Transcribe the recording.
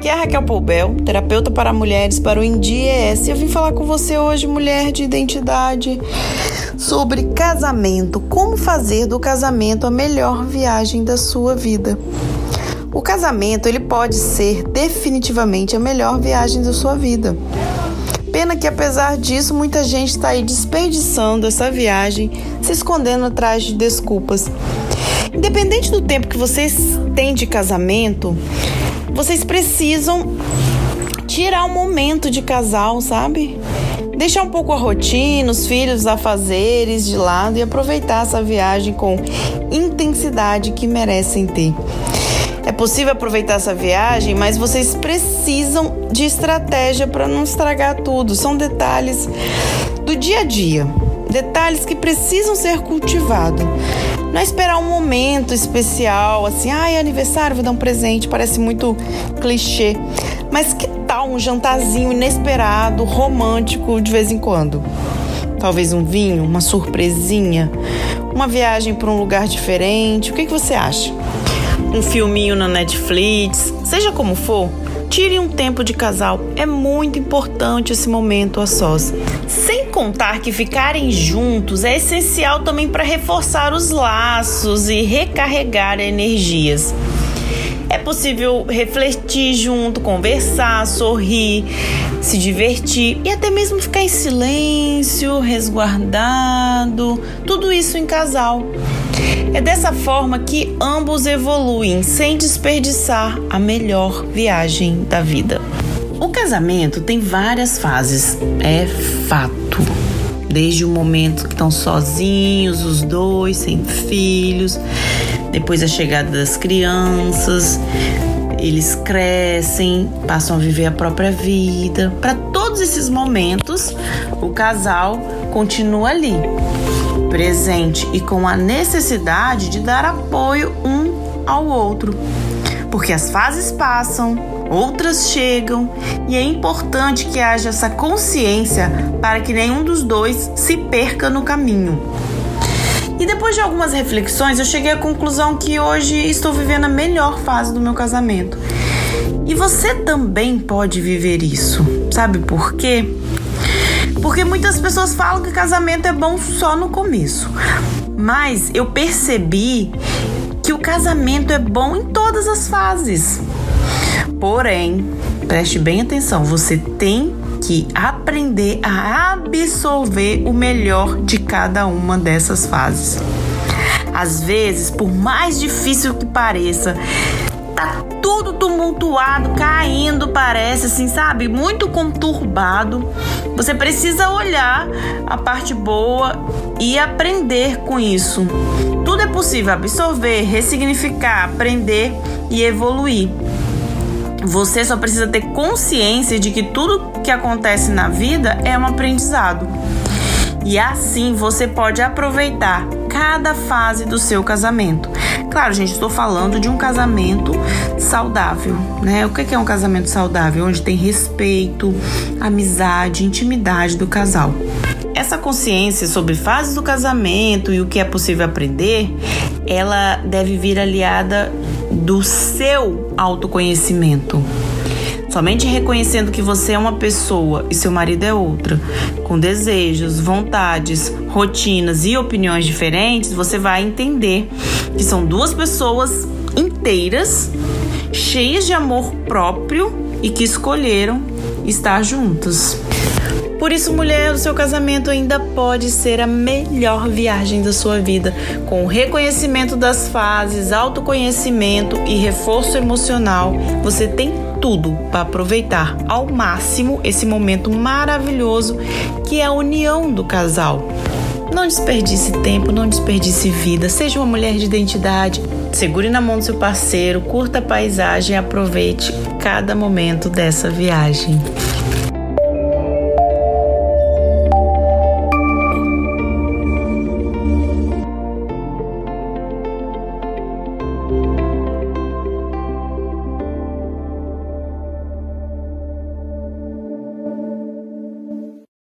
aqui é a Raquel Poubel, terapeuta para mulheres para o INDIES, e eu vim falar com você hoje, mulher de identidade, sobre casamento. Como fazer do casamento a melhor viagem da sua vida. O casamento, ele pode ser definitivamente a melhor viagem da sua vida. Pena que, apesar disso, muita gente está aí desperdiçando essa viagem, se escondendo atrás de desculpas. Independente do tempo que vocês têm de casamento, vocês precisam tirar um momento de casal, sabe? Deixar um pouco a rotina, os filhos, os afazeres de lado e aproveitar essa viagem com intensidade que merecem ter. É possível aproveitar essa viagem, mas vocês precisam de estratégia para não estragar tudo. São detalhes do dia a dia, detalhes que precisam ser cultivados. Não é esperar um momento especial, assim, é aniversário, vou dar um presente, parece muito clichê. Mas que tal um jantarzinho inesperado, romântico, de vez em quando? Talvez um vinho, uma surpresinha, uma viagem para um lugar diferente. O que você acha? Um filminho na Netflix, seja como for, tire um tempo de casal. É muito importante esse momento a sós. Sem contar que ficarem juntos é essencial também para reforçar os laços e recarregar energias. É possível refletir junto, conversar, sorrir, se divertir e até mesmo ficar em silêncio, resguardado, tudo isso em casal. É dessa forma que ambos evoluem, sem desperdiçar a melhor viagem da vida. O casamento tem várias fases, é fato. Desde o momento que estão sozinhos, os dois, sem filhos, depois a chegada das crianças, eles crescem, passam a viver a própria vida. Para todos esses momentos, o casal continua ali, presente e com a necessidade de dar apoio um ao outro. Porque as fases passam, outras chegam e é importante que haja essa consciência para que nenhum dos dois se perca no caminho. E depois de algumas reflexões, eu cheguei à conclusão que hoje estou vivendo a melhor fase do meu casamento. E você também pode viver isso. Sabe por quê? Porque muitas pessoas falam que casamento é bom só no começo. Mas eu percebi que o casamento é bom em todas as fases. Porém, preste bem atenção, você tem que aprender a absorver o melhor de cada uma dessas fases. Às vezes, por mais difícil que pareça, tá tudo tumultuado, caindo, parece assim, sabe? Muito conturbado. Você precisa olhar a parte boa e aprender com isso. Tudo é possível absorver, ressignificar, aprender e evoluir. Você só precisa ter consciência de que tudo que acontece na vida é um aprendizado. E assim você pode aproveitar cada fase do seu casamento. Claro, gente, estou falando de um casamento saudável, né? O que é um casamento saudável? Onde tem respeito, amizade, intimidade do casal. Essa consciência sobre fases do casamento e o que é possível aprender, ela deve vir aliada do seu autoconhecimento. Somente reconhecendo que você é uma pessoa e seu marido é outra, com desejos, vontades, rotinas e opiniões diferentes, você vai entender que são duas pessoas inteiras, cheias de amor próprio e que escolheram estar juntas. Por isso, mulher, o seu casamento ainda pode ser a melhor viagem da sua vida, com o reconhecimento das fases, autoconhecimento e reforço emocional. Você tem tudo para aproveitar ao máximo esse momento maravilhoso que é a união do casal. Não desperdice tempo, não desperdice vida, seja uma mulher de identidade, segure na mão do seu parceiro, curta a paisagem e aproveite cada momento dessa viagem.